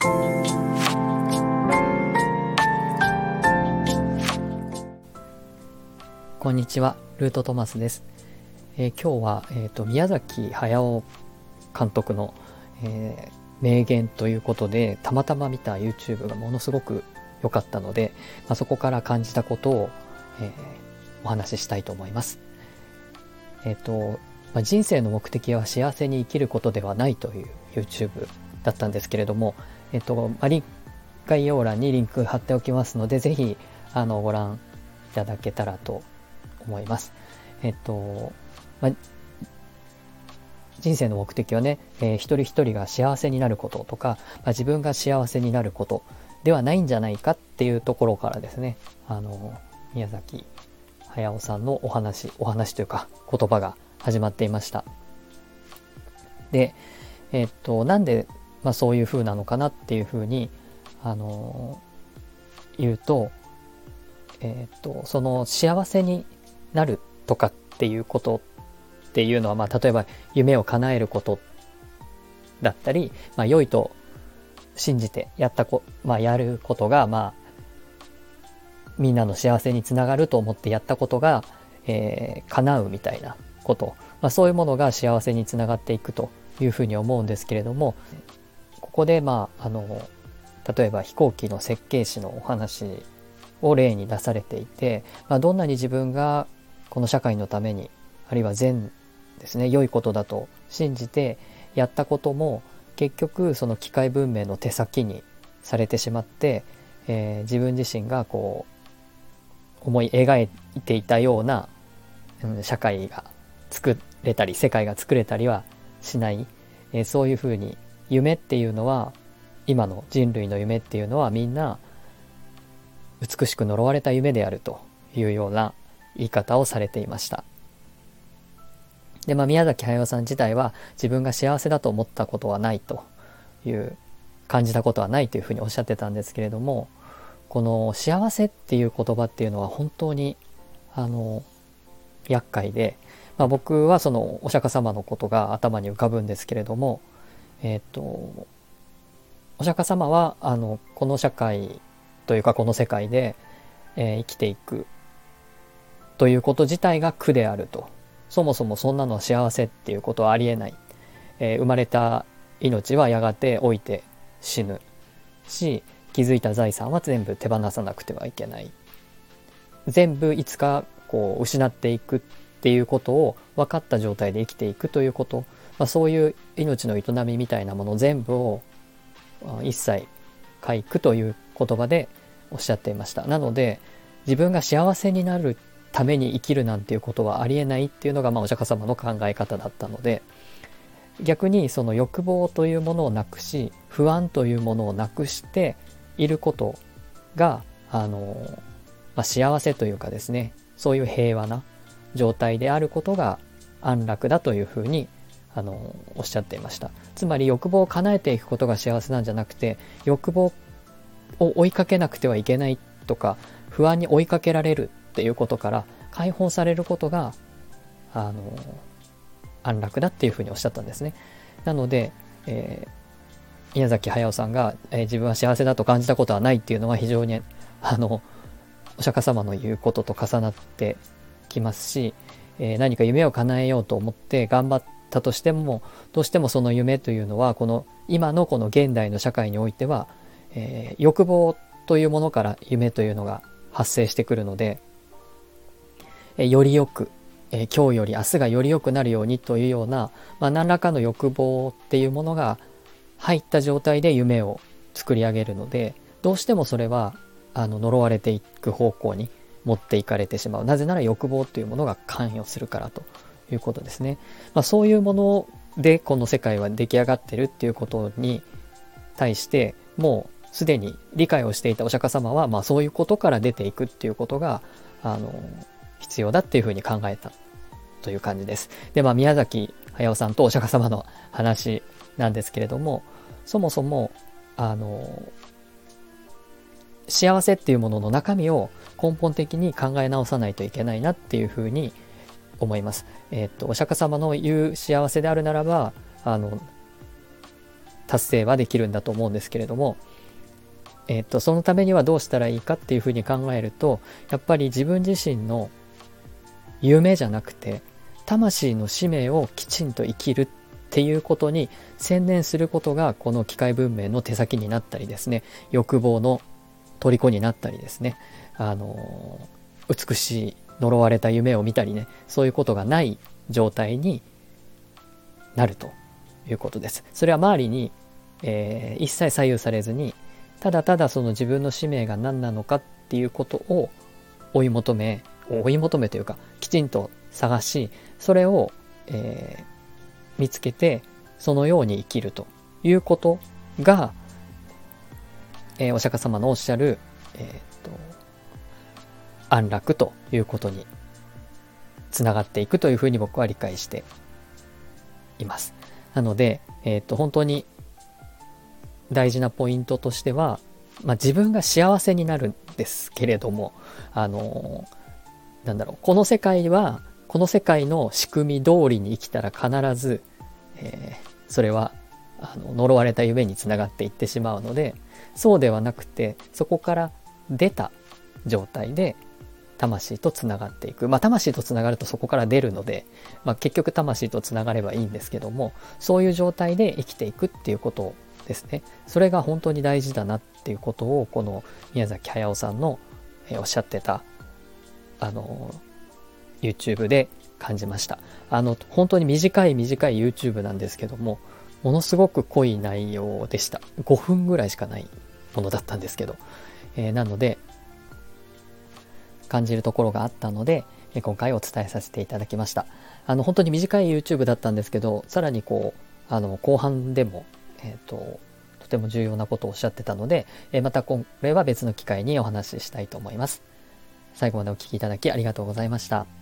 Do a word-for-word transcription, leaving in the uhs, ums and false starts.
こんにちは、ルートトマスです。えー、今日は、えーと、宮崎駿監督の、えー、名言ということで、たまたま見た YouTube がものすごく良かったので、まあ、そこから感じたことを、えー、お話ししたいと思います。えっと、まあ、人生の目的は幸せに生きることではないという YouTube だったんですけれども、えっと、まあ、概要欄にリンク貼っておきますので、ぜひあのご覧いただけたらと思います。えっと、まあ、人生の目的はね、えー、一人一人が幸せになることとか、まあ、自分が幸せになることではないんじゃないかっていうところからですね、あの宮崎駿さんのお話、お話というか言葉が始まっていました。で、えっと、なんで、まあ、そういう風なのかなっていう風に、あのー、言うと、えっと、その幸せになるとかっていうことっていうのは、まあ、例えば夢を叶えることだったり、まあ、良いと信じてやったこ、まあ、やることが、まあ、みんなの幸せにつながると思ってやったことが、えー、叶うみたいなこと、まあ、そういうものが幸せにつながっていくというふうに思うんですけれども、ここで、まあ、あの例えば飛行機の設計士のお話を例に出されていて、まあ、どんなに自分がこの社会のために、あるいは善ですね、良いことだと信じてやったことも、結局その機械文明の手先にされてしまって、えー、自分自身がこう思い描いていたような、うん、社会が作れたり世界が作れたりはしない、えー、そういうふうに夢っていうのは、今の人類の夢っていうのはみんな美しく呪われた夢であるというような言い方をされていました。で、まあ、宮崎駿さん自体は自分が幸せだと思ったことはないという、感じたことはないというふうにおっしゃってたんですけれども、この幸せっていう言葉っていうのは本当にあの厄介で、まあ、僕はそのお釈迦様のことが頭に浮かぶんですけれども、えっとお釈迦様はあのこの社会というかこの世界で、えー、生きていくということ自体が苦であると。そもそもそんなの幸せっていうことはありえない。えー、生まれた命はやがて老いて死ぬし、気づいた財産は全部手放さなくてはいけない。全部いつかこう失っていくっていうことを分かった状態で生きていくということ、まあ、そういう命の営みみたいなもの全部を一切皆苦という言葉でおっしゃっていました。なので自分が幸せになるために生きるなんていうことはありえないっていうのが、まあ、お釈迦様の考え方だったので、逆にその欲望というものをなくし、不安というものをなくしていることがあの、まあ、幸せというかですね、そういう平和な状態であることが安楽だというふうにあのおっしゃっていました。つまり欲望を叶えていくことが幸せなんじゃなくて、欲望を追いかけなくてはいけないとか、不安に追いかけられるっていうことから解放されることがあの安楽だっていうふうにおっしゃったんですね。なので、えー、宮崎駿さんが、えー、自分は幸せだと感じたことはないっていうのは非常にあのお釈迦様の言うことと重なってきますし、えー、何か夢を叶えようと思って頑張ったとしても、どうしてもその夢というのはこの今のこの現代の社会においては、えー、欲望というものから夢というのが発生してくるので、えー、よりよく、えー、今日より明日がより良くなるようにというような、まあ、何らかの欲望っていうものが入った状態で夢を作り上げるので、どうしてもそれはあの呪われていく方向に持っていかれてしまう。なぜなら欲望というものが関与するからということですね。まあ、そういうものでこの世界は出来上がってるっていうことに対して、もうすでに理解をしていたお釈迦様は、まあ、そういうことから出ていくっていうことがあの必要だっていうふうに考えたという感じです。で、まあ、宮崎駿さんとお釈迦様の話なんですけれども、そもそもあの幸せっていうものの中身を根本的に考え直さないといけないなっていうふうに思います。えっとお釈迦様の言う幸せであるならば、あの達成はできるんだと思うんですけれども、えっと、そのためにはどうしたらいいかっていうふうに考えると、やっぱり自分自身の夢じゃなくて、魂の使命をきちんと生きるっていうことに専念することが、この機械文明の手先になったりですね、欲望の虜になったりですね、あの美しい呪われた夢を見たりね、そういうことがない状態になるということです。それは周りに、えー、一切左右されずに、ただただその自分の使命が何なのかっていうことを追い求め、追い求めというか、きちんと探し、それを、えー、見つけて、そのように生きるということが、えー、お釈迦様のおっしゃる、えー、っと安楽ということにつながっていくというふうに僕は理解しています。なので、えー、っと本当に大事なポイントとしては、まあ、自分が幸せになるんですけれども、あのー、なんだろう、この世界はこの世界の仕組み通りに生きたら必ず、えー、それはあの呪われた夢につながっていってしまうので、そうではなくて、そこから出た状態で魂とつながっていく。まあ魂とつながるとそこから出るので、まあ、結局魂とつながればいいんですけども、そういう状態で生きていくっていうことですね。それが本当に大事だなっていうことを、この宮崎駿さんの、えー、おっしゃってたあの YouTube で感じました。あの本当に短い短い YouTube なんですけども、ものすごく濃い内容でした。ごふんぐらいしかないものだったんですけど、えー、なので感じるところがあったので、えー、今回お伝えさせていただきました。あの本当に短い YouTube だったんですけど、さらにこうあの後半でも、えーと、とても重要なことをおっしゃってたので、えー、またこれは別の機会にお話ししたいと思います。最後までお聞きいただきありがとうございました。